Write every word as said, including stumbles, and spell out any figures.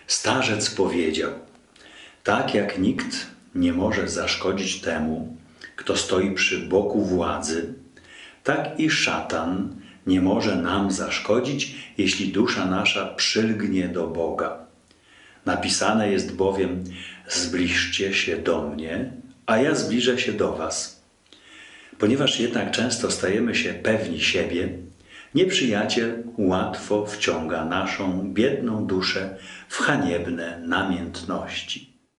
Starzec powiedział: tak jak nikt nie może zaszkodzić temu, kto stoi przy boku władzy, tak i szatan nie może nam zaszkodzić, jeśli dusza nasza przylgnie do Boga. Napisane jest bowiem: zbliżcie się do mnie, a ja zbliżę się do was. Ponieważ jednak często stajemy się pewni siebie, nieprzyjaciel łatwo wciąga naszą biedną duszę w haniebne namiętności.